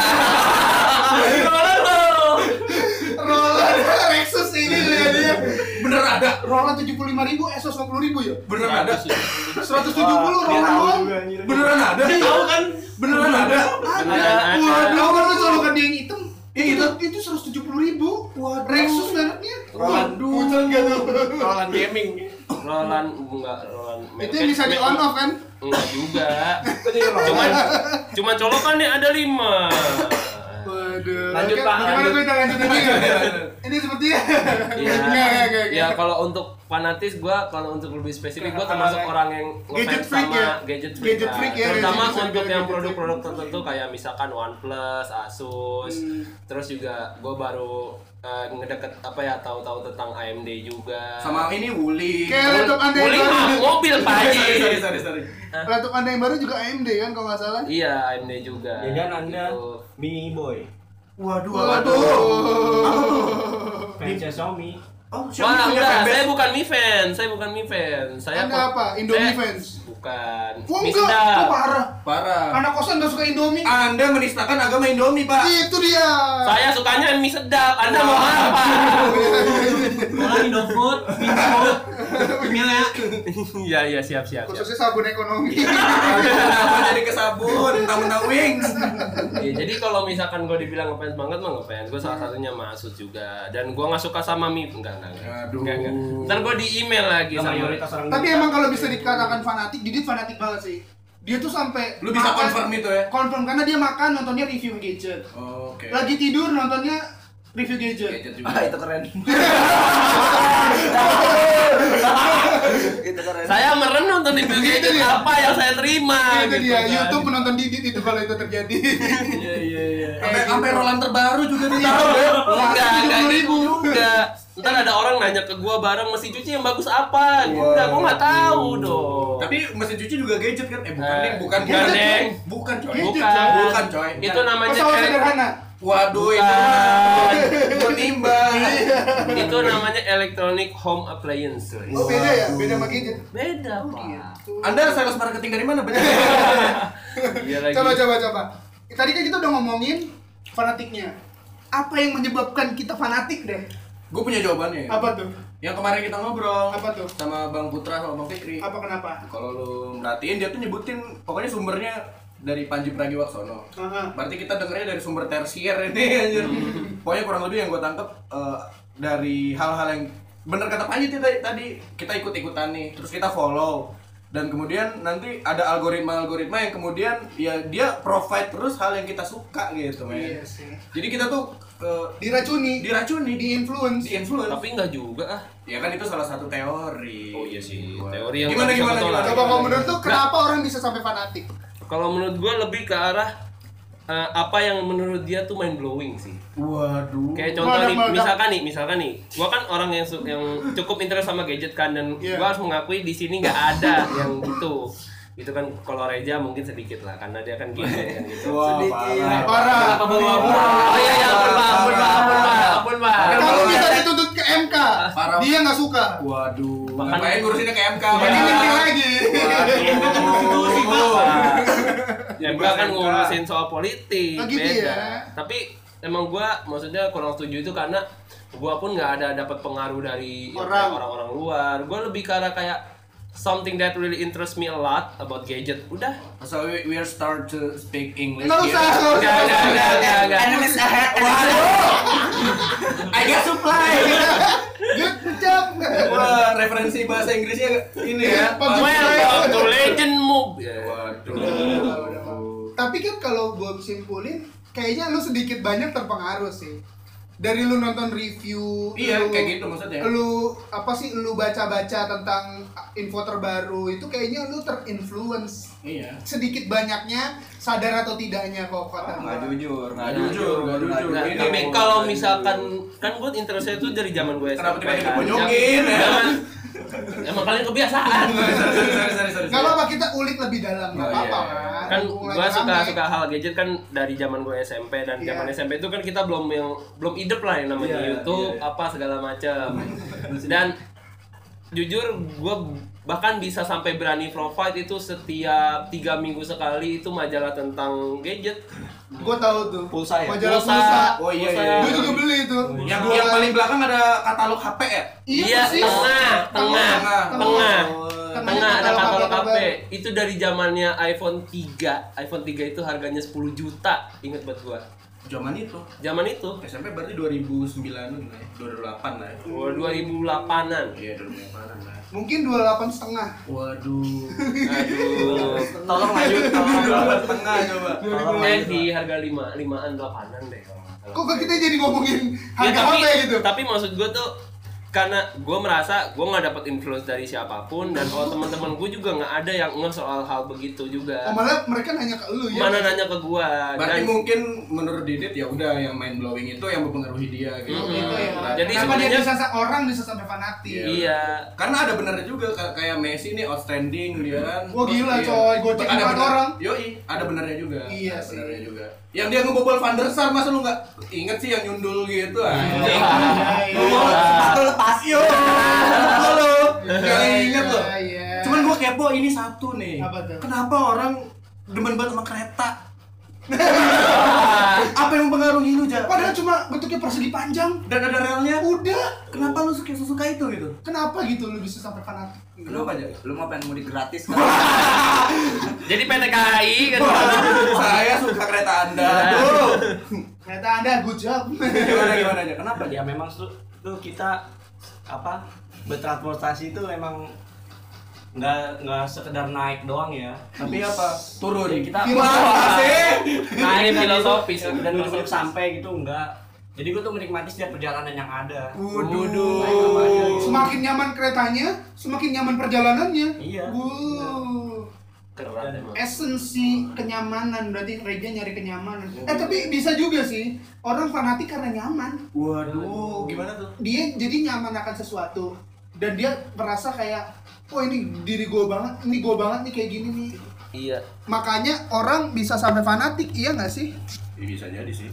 Roland Lexus ini kelihatannya. Bener ada, Roland tujuh puluh lima ribu, Asus lima puluh ribu ya? bener ada, seratus tujuh puluh Roland doang. beneran ada, Tahu kan? beneran ada. Ada, ada. Waduh, kan lu colokan dia yang hitam. Ya, itu itu. itu seratus tujuh puluh ribu. Waduh. Lexus mereknya. Roland. Waduh. Gak tuh. Roland Gaming. Roland enggak Roland. Itu yang bisa di on off kan? Enggak juga. Cuman cuman colokan nih ada lima. Waduh. Lanjut, Oke, Pak. Gimana gue kita lanjut lagi? Ini sepertinya. Iya. Enggak, enggak, enggak. Ya kalau untuk fanatis gua kalau untuk lebih spesifik gua termasuk orang yang Gadget ngefans freak sama ya? gadget freak. Gadget lah. freak ya, Terutama gadget freak, untuk yang gadget produk-produk tertentu kayak misalkan OnePlus, Asus. Hmm. Terus juga gua baru eh, ngedeket apa ya tahu-tahu tentang A M D juga. Sama ini Wuli. Kayak laptop Anda yang Boleh mah baru. mobil Pak Sorry, Haji. sorry, sorry, sorry. Laptop Anda yang baru juga A M D kan kalau nggak salah? Iya, A M D juga. Jangan Anda Gitu. mini boy. Waduh, Waduh. Fansnya Xiaomi. Oh, Wah, siapa punya enggak, fanbase? saya bukan Mi fans, saya bukan Mi fans. Saya Anda kok- apa? Indomie saya- fans? Bukan. Wah Mi enggak, sedap. kok parah. Parah. Anak kosan nggak suka Indomie? Anda menistakan agama Indomie, Pak. Itu dia. Saya sukanya mie sedap. Anda mau apa? Orang Indofood, Infood. Emailnya. Iya iya siap siap. siap. Khususnya sabun ekonomi. Kenapa jadi ke sabun, mentang-mentang wings? Ya, jadi kalau misalkan gue dibilang ngefans banget mah ngefans, gue salah satunya Masud juga. Dan gue nggak suka sama Mif, enggak enggak. enggak. Aduh. Enggak, enggak. Ntar gue di email lagi Sama sama. mayoritas orang Tapi emang kalau bisa dikatakan fanatik, Didit fanatik banget sih. Dia tuh sampai Lu bisa makan- confirm itu ya? Confirm karena dia makan nontonnya review gadget. Oh, Oke. Lagi tidur nontonnya review gadget. Gadget juga. Ah, itu keren. Itu keren. Saya merem nonton di gadget apa yang saya terima. Itu gitu dia, kan. YouTube menonton Didit itu kalau itu terjadi. Iya iya iya. Sampai sampai Roland terbaru juga dia tahu ya. Enggak, enggak tujuh puluh gitu ribu. juga. Ntar ada orang nanya ke gua bareng mesin cuci yang bagus apa? Enggak, gua nggak tahu dong. Tapi mesin cuci juga gadget kan? Eh bukan Eh, deh, bukan bukan, gadget. Deng. Bukan coy. Bukan. Bukan coy. Itu namanya Pesawat elek- sederhana. Waduh itu Bukan. buat nimbang. itu namanya electronic home appliance. Oh beda ya, beda sama gadget. Beda, Pak. Gitu. Anda sales marketing dari mana? Bener. Iya lagi. Coba coba coba. Tadi kan kita udah ngomongin fanatiknya. Apa yang menyebabkan kita fanatik deh? Gue punya jawabannya. Apa tuh? Yang kemarin kita ngobrol. Apa tuh? Sama Bang Putra sama Bang Fikri. Apa kenapa? Kalau lu merhatiin dia tuh nyebutin pokoknya sumbernya dari Panji Pragiwaksono. Aha. Berarti kita dengernya dari sumber tersier ini anjir. Pokoknya kurang lebih yang gue tangkep eh, dari hal-hal yang bener kata Panji tadi, tadi kita ikut-ikutan nih, terus kita follow. Dan kemudian nanti ada algoritma-algoritma yang kemudian ya dia provide terus hal yang kita suka gitu, men. Iya sih. Jadi kita tuh eh, Diracuni, diracuni, di influence. di influence. Tapi enggak juga ah. Ya kan itu salah satu teori. Oh iya sih, teori yang Gimana, nggak bisa gimana, ketolak. gimana? Coba kalau menurut tuh kenapa orang bisa sampai fanatik? Kalau menurut gua lebih ke arah eh, apa yang menurut dia tuh mind blowing sih. Waduh. Kayak contoh nih, Meledak-meledak. misalkan nih, misalkan nih, gua kan orang yang su- yang cukup interest sama gadget kan dan Iya. gua harus mengakui di sini nggak ada yang gitu. Itu kan kalau Reja mungkin sedikit lah karena dia kan gamer kan gitu. Wah, Sedikit. Parah. Apa bawa-bawa? Oh iya iya ampun Pak, ampun Pak, ampun Pak, ampun Pak. Kalau bisa dituntut ke M K, Parah. dia nggak suka. Waduh. Bahkan- Ngapain ngurusinnya ke M K? Jadi Bang? ngerti lagi. Institusi, Pak. Ya gua kan ngurusin soal politik, Oh, gitu beda. ya. Tapi emang gua maksudnya kurang setuju itu karena gua pun nggak ada dapat pengaruh dari ya, Orang. kayak orang-orang luar. Gua lebih ke arah kayak something that really interests me a lot about gadget. Udah. So we, we are start to speak English. Nggak here. usah, nggak usah. Enggak, enggak, enggak, enggak, enggak. Enemies ahead. I got supply. Good job. Wah, referensi bahasa Inggrisnya ini ya. Pak. Welcome to Legend Move. Ya. Waduh. Tapi kan kalau gua simpulin, kayaknya lu sedikit banyak terpengaruh sih. Dari lu nonton review, Iya, lu- kayak gitu maksudnya. Lu apa sih lu baca-baca tentang info terbaru itu kayaknya lu terinfluence. Iya. Sedikit banyaknya sadar atau tidaknya kok kata Nggak gua. jujur, nggak Nggak jujur, nggak jujur. Nah, Ini tapi mau- kalau misalkan kan gue interestnya itu dari zaman gue S M P. Kenapa tiba-tiba kan. bonyongin, ya? Jangan. Emang kalian kebiasaan. Sorry, sorry, sorry, sorry. Gak apa-apa kita ulik lebih dalam, gak Oh, apa-apa iya. kan. Kan Mumpung gue lagi suka rame. suka hal gadget kan dari zaman gue S M P dan Iya. zaman S M P itu kan kita belum yang belum hidup lah yang namanya Iya, YouTube iya, iya. apa segala macam. Dan jujur gue bahkan bisa sampai berani provide itu setiap tiga minggu sekali itu majalah tentang gadget. Gue tahu tuh. Pulsa ya? Majalah pulsa. Oh iya, Pulsa. iya. Gue juga beli itu. Yang Gua- yang paling belakang ada katalog H P ya? Iya, persis. tengah, tengah, tengah. tengah. Tengahnya Tengah ada katalog katalog H P. terbaru. Itu dari zamannya iPhone tiga. iPhone tiga itu harganya sepuluh juta. Ingat buat gua. Zaman itu. Zaman itu. S M P berarti dua ribu sembilan lah ya. dua ribu delapan lah ya. dua ribu delapan-an. Iya, dua ribu delapan lah. Mungkin dua puluh delapan setengah. Waduh. Aduh. Tolong lanjut, tolong. Delapan setengah coba. Eh di harga lima, limaan, delapanan deh. kalau nggak salah. Kok kita jadi ngomongin Ya, harga tapi, H P gitu? tapi maksud gua tuh karena gue merasa gue nggak dapat influence dari siapapun dan kalau teman-teman gue juga nggak ada yang ngeh soal hal begitu juga. Oh, malah mereka nanya ke lu ya. Mana nanya ke gue Berarti dan mungkin menurut Didit ya udah yang mind blowing itu yang mempengaruhi dia gitu. Mm-mm. Gitu ya. Nah, Jadi Kenapa dia sebenarnya- bisa orang bisa sampai fanatik? Iya. iya. Karena ada benernya juga k- kayak Messi nih outstanding dia kan. Wah, gila, Iya. coy. Gocek Ada empat bener- orang. Yoi, ada benernya juga. Iya ada sih. benernya juga. Yang dia ngebobol Van der Sar masa lu nggak inget sih yang nyundul gitu anjing. Iya, iya. Sepatu lepas. Yo. Halo. Gak inget loh. Iya, iya. Cuman gua kepo ini satu nih. Apa tuh? Kenapa orang demen banget sama kereta? Apa yang mempengaruhi lu, Ja? Padahal cuma bentuknya persegi panjang. Dan ada relnya. Udah. Kenapa lu suka suka itu gitu? Kenapa gitu lu bisa sampai fanatik? Kenapa aja? Lu mau pengen mudik gratis kan? Jadi P T K A I kan. Saya suka kereta Anda. Tuh. Ternyata Anda good job. Gimana gimana aja? Kenapa Ya memang tuh, tuh kita apa bertransportasi itu emang nggak nggak sekedar naik doang ya, Tapi apa? Turun. ya kita Filosofis. Ini filosofis. dan untuk sampai gitu enggak. Jadi gue tuh menikmati setiap perjalanan yang ada. Waduh. Semakin nyaman keretanya, semakin nyaman perjalanannya. Iya. Wuh. Keren emang. Esensi kenyamanan, berarti Reja nyari kenyamanan. Eh tapi bisa juga sih, orang fanatik karena nyaman. Waduh, gimana tuh? Dia jadi nyaman akan sesuatu dan dia merasa kayak, oh ini diri gue banget, ini gue banget nih kayak gini nih. Iya. Makanya orang bisa sampai fanatik, iya nggak sih? Ya, bisa jadi sih.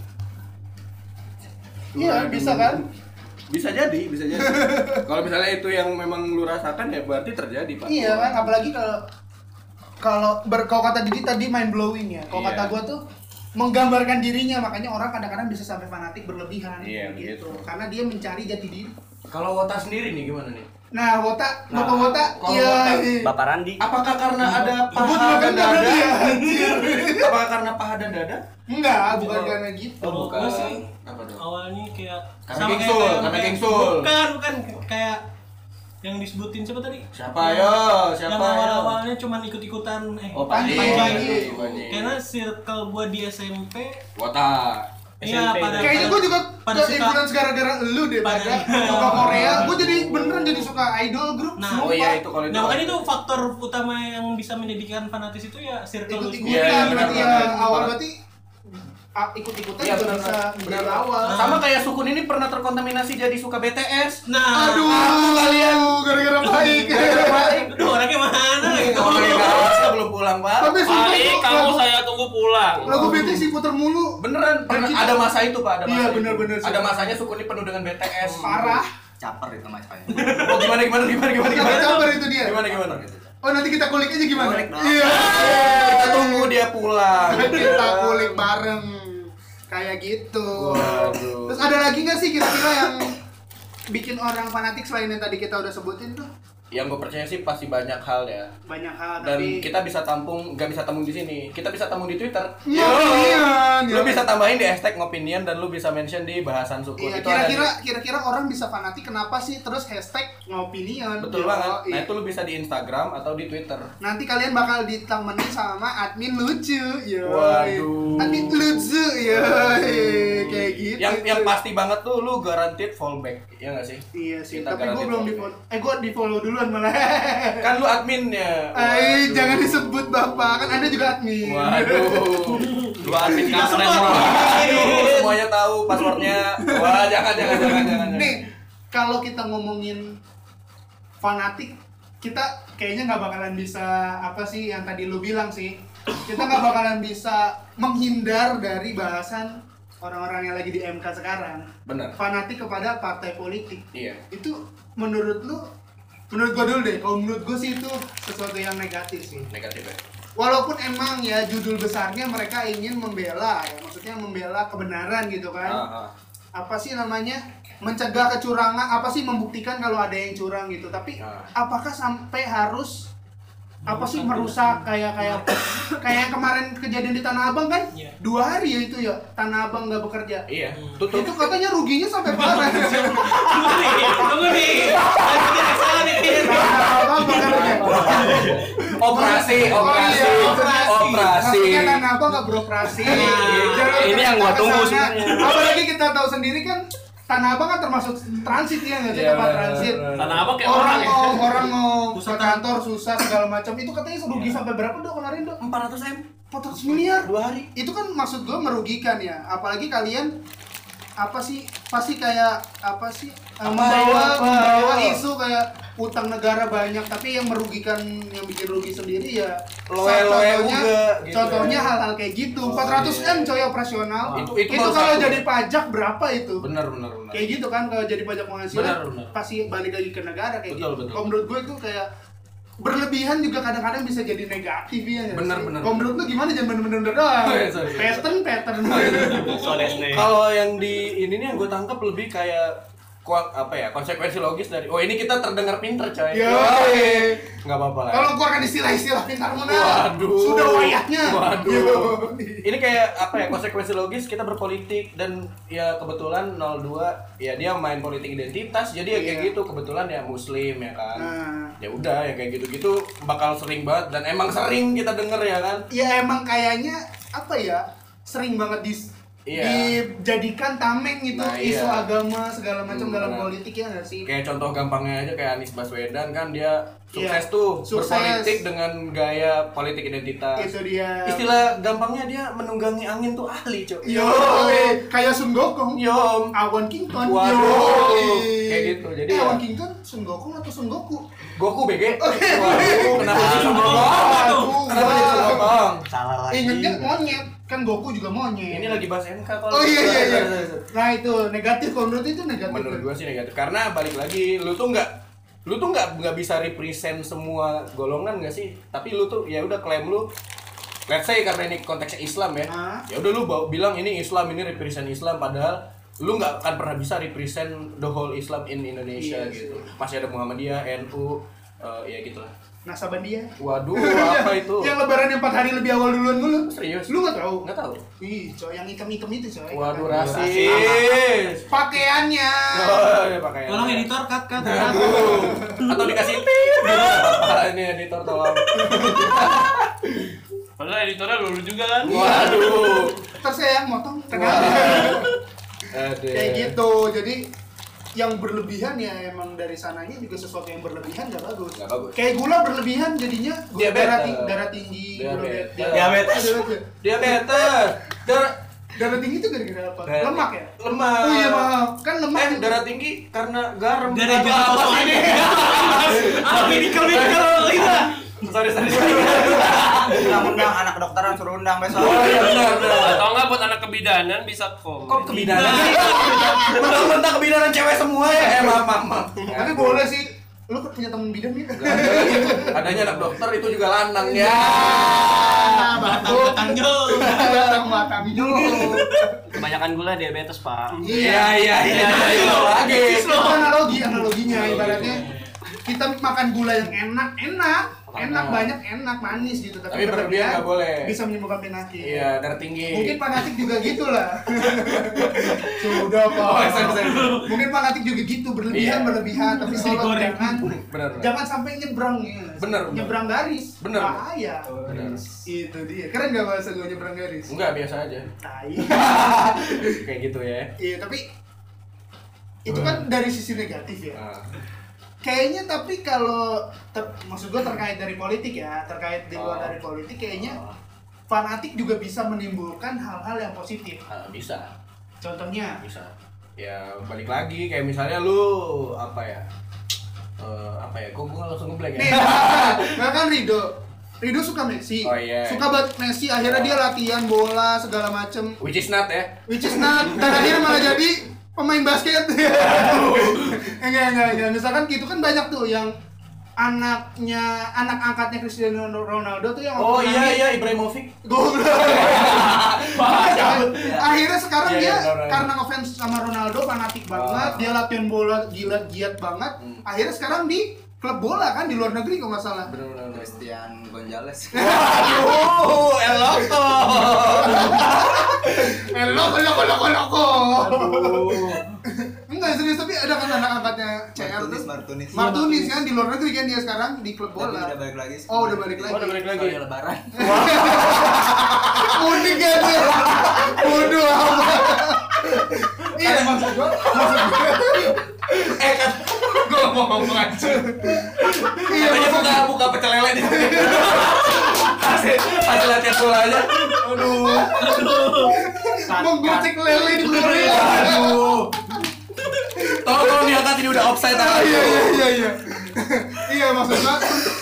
Iya, bisa kan? Bisa jadi, bisa jadi. Kalau misalnya itu yang memang lu rasakan ya berarti terjadi, Pak. Iya kan, apalagi kalau kalau ber kalau kata Didi tadi mind blowing ya. Kalau Iya. kata gua tuh menggambarkan dirinya, makanya orang kadang-kadang bisa sampai fanatik berlebihan Iya, gitu. begitu. Karena dia mencari jati diri. Kalau Wota sendiri nih gimana nih? Nah, Wota, Nah, Bapak Wota, kalau iya. Wota- iya. Bapak Randi. Apakah karena ada Gua paha juga dan kan dada? ya, anjir. Apakah karena paha dan dada? Enggak, bukan Oh. karena gitu. Kalau bukan. gue sih Apa tuh? awalnya kayak Karena sama gengsul, kayak- karena kayak- gengsul. Bukan, bukan kayak yang disebutin siapa tadi? Siapa yo? Siapa Yang yo? awal-awalnya cuman ikut-ikutan eh Oh, Panji. Panji. Panji. Panji. karena circle gua di S M P Wota. iya S M P. pada Kayaknya gua juga pada ke suka- influence gara-gara lu deh, pada- pada suka Korea. Gua jadi beneran jadi suka idol grup. Nah, sumpah. Oh iya itu kalau itu. Nah, makanya itu faktor utama yang bisa menjadikan fanatis itu ya circle lu ikut-ikutan Iya, iya, benar, berarti ya benar. awal berarti ah, ikut-ikutan Iya juga benar. bisa Benar menjadi awal. Sama kayak Sukun ini pernah terkontaminasi jadi suka B T S. Nah, Aduh, kalian gara-gara baik. aduh orangnya mana lagi? Oh my god, belum pulang, Pak. Tapi sumpah Kali tuh, kamu lagu- saya tunggu pulang. lagu B T S diputer mulu. Beneran, pernah kita- ada masa itu, Pak, ada masa. Iya, itu. bener-bener sih. Ada masanya Sukun ini penuh dengan B T S. Parah. Caper itu macamnya. Oh, gimana gimana gimana gimana Kita gimana? cabar itu dia. Gimana gimana? Oh, nanti kita kulik aja gimana? Kulik dong. Iya. Kita tunggu dia pulang. Kita kulik bareng. Kayak gitu. Waduh. Terus ada lagi nggak sih kira-kira yang bikin orang fanatik selain yang tadi kita udah sebutin tuh? Yang gue percaya sih pasti banyak hal ya. Banyak hal Dan tapi kita bisa tampung, nggak bisa tampung di sini. Kita bisa tampung di Twitter. Ngopinian, Lu ya. bisa tambahin di hashtag ngopinian dan lu bisa mention di bahasan Sukun. Iya, Itu ada kira-kira di- kira-kira orang bisa fanatik kenapa sih terus hashtag ngopinian. Betul Yo, banget. Nah, iya. itu lu bisa di Instagram atau di Twitter. Nanti kalian bakal ditemenin sama admin lucu, yo. Waduh. Admin lucu, yo. Kayak gitu. Yang yang pasti banget tuh lu guaranteed fallback, ya nggak sih? Iya sih, Kita tapi gue guaranteed belum di fallback. follow. Eh, gue di follow duluan malah. Kan lu adminnya. Eh, Waduh. jangan disebut bapak, kan anda juga admin. Waduh. Dua admin Kita kampret. semua Waduh, semuanya tahu passwordnya. Wah, jangan jangan jangan jangan. Nih, kalau kita ngomongin fanatik, kita kayaknya nggak bakalan bisa apa sih yang tadi lu bilang sih. Kita nggak bakalan bisa menghindar dari bahasan orang-orang yang lagi di M K sekarang. Benar. Fanatik kepada partai politik. Iya. Itu menurut lu, menurut gua dulu deh. Kalau menurut gua sih itu sesuatu yang negatif sih. Negatif ya. Walaupun emang ya judul besarnya mereka ingin membela ya, maksudnya membela kebenaran gitu kan. Ah, ah. Apa sih namanya? Mencegah kecurangan, apa sih membuktikan kalau ada yang curang gitu. Tapi Ah. apakah sampai harus apa sih merusak kayak kayak kayak yang kemarin kejadian di Tanah Abang kan? Iya. Dua hari ya itu ya, Tanah Abang nggak bekerja. Iya. Hmm. Tutup. Itu katanya ruginya sampai parah. Tunggu nih, tunggu nih. Lanjutin yang salah nih. Tanah Abang bekerja. Operasi, Oh operasi, iya, operasi. operasi. Maksudnya Tanah Abang nggak beroperasi. Jangan Ini yang gua kita tunggu kesana. sebenarnya. Apalagi kita tahu sendiri kan Tanah Abang kan termasuk transit ya nggak sih, Iya, tempat benar, transit. benar. Tanah Abang kayak Orang orang ya. mau orang mau Susah ke kantor susah segala macam itu katanya rugi sampai berapa dok kemarin dok? empat ratus M. empat ratus miliar. Dua hari. Itu kan maksud gue merugikan ya. Apalagi kalian apa sih pasti kayak apa sih eh, membawa apa? membawa isu kayak utang negara banyak tapi yang merugikan yang bikin rugi sendiri ya Loe-loe contohnya juga, gitu contohnya ya. hal-hal kayak gitu Oh, empat ratus M iya. coy operasional Itu- itu, itu baru kalau satu. jadi pajak berapa itu Benar, benar, benar. kayak gitu kan kalau jadi pajak penghasilan Benar, benar. pasti balik lagi ke negara kayak Betul, gitu betul. kalau menurut gue itu kayak berlebihan juga kadang-kadang bisa jadi negatif ya nggak Bener, sih? bener. Kalau menurut lu gimana, jangan bener-bener doang. Oh, iya, sorry. Pattern pattern. Soalnya nih. Kalau yang di ini nih yang gue tangkap lebih kayak kuat apa ya, konsekuensi logis dari oh ini kita terdengar pinter coy. Yo, Nggak apa-apa lah. kalau keluarkan istilah-istilah pintar mana? Waduh. Sudah wayaknya. Waduh. Yo. Ini kayak apa ya, konsekuensi logis kita berpolitik dan ya kebetulan nol dua ya dia main politik identitas jadi ya kayak Iya. gitu, kebetulan ya muslim ya kan. Nah. Ya udah ya kayak gitu-gitu bakal sering banget dan emang sering kita denger ya kan. Ya emang kayaknya apa ya, sering banget di Iya. dijadikan tameng gitu Nah, isu iya. agama segala macam Hmm, dalam benar. politik ya nggak sih? Kayak contoh gampangnya aja kayak Anies Baswedan kan dia sukses Iya, tuh sukses. berpolitik dengan gaya politik identitas. Itu dia. Istilah gampangnya dia menunggangi angin tuh ahli, Cok. Yo, kayak Sun Gokong. Yom. Awan King Kong. Waduh. Yoi. Kayak gitu. Jadi eh, ya- Awan King Kong Sun Gokong atau Sun Goku? Goku B G. Oke. Waduh, kenapa jadi Sun Gokong? Waduh, Kenapa jadi Sun Gokong? Salah lagi. Ingat kan monyet, kan Goku juga monyet. Ini lagi bahas M K kalau. Oh iya iya iya. Sorry, sorry, sorry. Nah itu negatif, kalau menurut itu negatif. Menurut gua sih negatif karena balik lagi lu tuh nggak lu tuh nggak nggak bisa represent semua golongan nggak sih, tapi lu tuh ya udah klaim lu let's say karena ini konteksnya Islam ya, Ah. ya udah lu bawa- bilang ini Islam, ini represent Islam, padahal lu nggak akan pernah bisa represent the whole Islam in Indonesia Iya gitu. Masih ada Muhammadiyah, N U, eh, ya gitulah. Nasabandia. Waduh, apa itu? Yang lebaran yang empat hari lebih awal duluan dulu. Serius? Lu nggak tahu? Nggak tahu. Ih, coy, yang hitam-hitam itu coy. Waduh, Rasis. rasis. Pakaiannya. Oh, ya pakaian. Tolong editor cut cut. cut. Aduh. Atau dikasih tip. Apa ini editor tolong. Padahal editornya lulu juga kan. Waduh. Terus saya yang motong. Kenapa? Aduh. Kayak gitu. Jadi yang berlebihan ya emang dari sananya juga sesuatu yang berlebihan gak bagus. Nggak bagus. Kayak gula berlebihan jadinya gula Diabetes. darah tinggi, darah tinggi, gula Diabetes. diabetes. Diabetes. Diabetes. Diabetes. Darah Darah tinggi itu gara-gara apa? Darah Lemak ya? lemak. Oh iya maaf, kan lemak. Eh, darah tinggi karena garam. Gara-gara Apa kosong ini? Ah, medical medical itu. Sorry, sorry, sorry. Undang-undang anak kedokteran suruh undang besok. Oh iya benar, benar. Atau enggak buat anak kebidanan bisa kok. Kok kebidanan sih? Mentang-mentang kebidanan cewek semua ya? Eh, maaf, maaf, maaf. Tapi boleh sih. Lu kan punya temen bidan gitu. Adanya anak dokter itu juga lanang ya. Batang Tanjung. batang batang Kebanyakan gula diabetes, Pak. Iya, iya, iya. Itu lagi. Itu analogi, analoginya ibaratnya kita makan gula yang enak, enak, enak banyak, enak, manis gitu. Tapi berlebihan nggak boleh. Bisa menimbulkan penyakit. Iya, darah tinggi. Mungkin fanatik juga gitu lah. Sudah pak. Oh, sorry, sorry. Mungkin fanatik juga gitu, berlebihan, Iya. berlebihan. Tapi tolong Digoreng. jangan, Bener, bener. jangan sampai nyebrang ya. Bener, bener. Nyebrang garis. Bener. Bahaya. Bener. Itu dia. Keren gak bahasa gue nyebrang garis? Enggak, biasa aja. Tai. Kayak gitu ya. Iya tapi itu kan dari sisi negatif ya. Nah. Kayaknya tapi kalau ter- maksud gue terkait dari politik ya, terkait di luar Oh. dari politik kayaknya Oh. fanatik juga bisa menimbulkan hal-hal yang positif. Ah, bisa. Contohnya, Bisa. Ya balik lagi kayak misalnya lu apa ya? Eh, apa ya? Kok gue langsung ngeblank ya? nih, nah kan Rido, Rido suka Messi, Oh, iya. suka banget Messi. Akhirnya dia latihan bola segala macem, Which is not ya. which is not, dan akhirnya malah jadi pemain basket. enggak enggak enggak. Misalkan gitu kan banyak tuh yang anaknya anak angkatnya Cristiano Ronaldo tuh yang Oh waktu iya nangis. iya Ibrahimovic. Goblok. Akhirnya sekarang Iya, dia iya, benar, benar. karena ngefans sama Ronaldo, fanatik banget, Ah. dia latihan bola gila giat banget. Hmm. Akhirnya sekarang di klub bola kan di luar negeri kalau nggak salah. Benar-benar. Christian Gonzalez. Aduh, eloko. Eh loko loko loko loko. Aduh. Enggak serius, tapi ada kan anak angkatnya C R Martunis, tuh. Martunis. Martunis kan di luar negeri kan dia sekarang di klub Tapi bola. udah balik lagi. Oh, udah balik lagi. Oh, udah balik lagi. Soalnya lebaran. Unik ya dia. Bodoh amat. Iya maksud gua, maksud gua. Eh kan gue mau ngomong aja. Iya Katanya maksud buka buka pecel lele di sini. Hasil hasil latihan bola aja. Aduh. menggocek lele di Korea. Aduh. Tolong tolong diangkat ini udah offside. Ah, iya iya iya iya. Iya maksud gua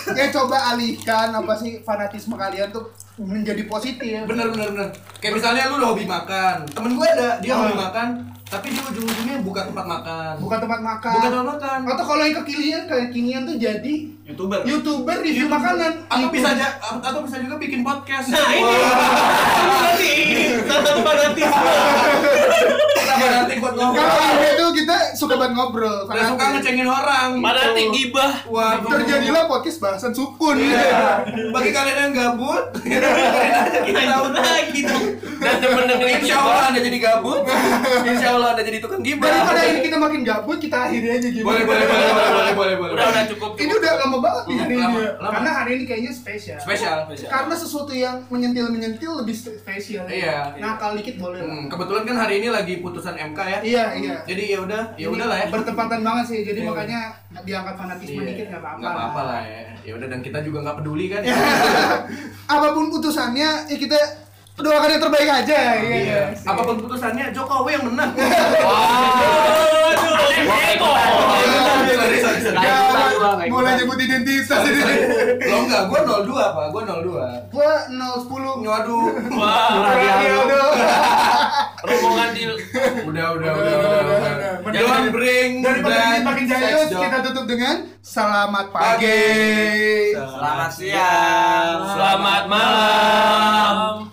ya coba alihkan apa sih fanatisme kalian tuh menjadi positif. Bener bener bener. Kayak misalnya lu udah hobi makan, temen gue ada dia Oh. hobi makan, tapi dia ujung-ujungnya buka tempat makan. Bukan tempat makan. Bukan tempat makan. Atau kalau yang kekinian kayak kinian tuh jadi YouTuber. YouTuber review makanan. Atau bisa aja, atau bisa juga bikin podcast. Nah, ini. Ini nanti salah satu fanatisme. Kenapa nanti buat ngobrol? Kalau ini tuh kita suka banget ngobrol. Dan suka ngecengin orang. Padahal gitu. gibah. Wah, Terjadilah podcast bahasan sukun. Iya. Bagi kalian yang gabut, dengerin aja kita Lanjut udah lagi dong. Dan temen dengerin Insya Allah Anda jadi gabut. Insya Allah Anda jadi tukang gibah. Daripada ini kita makin gabut, kita akhiri aja gimana? Boleh, boleh, boleh, boleh, boleh, boleh, boleh. Udah udah cukup. Ini udah lama banget nih hari Lama, ini. lama. Karena hari ini kayaknya spesial. Spesial. Karena sesuatu yang menyentil-menyentil lebih spesial. Iya. Nakal dikit boleh lah. Hmm, kebetulan kan hari ini lagi putusan M K ya. Iya, iya. Jadi ya udah, ya Ini udah lah ya. Bertepatan banget sih. Jadi Iya. makanya diangkat fanatisme Iya. dikit enggak apa-apa. Nggak apa-apa lah ya. Ya udah dan kita juga nggak peduli kan. Apapun putusannya, ya kita doakan yang terbaik aja. Iya. Iya. Apapun putusannya Jokowi yang menang. Aduh. Sorry, sorry, sorry. Jangan mulai nyebut identitas ini. Lo enggak, gua nol dua Pak. Gua nol dua. Gua nol sepuluh. Waduh. Wah, Ronaldo. rombongan di Udah, udah, udah, udah, udah. Don't bring Daripada that ini makin sex jayus, joke. kita tutup dengan selamat pagi. Pagi. Selamat siang. Selamat malam.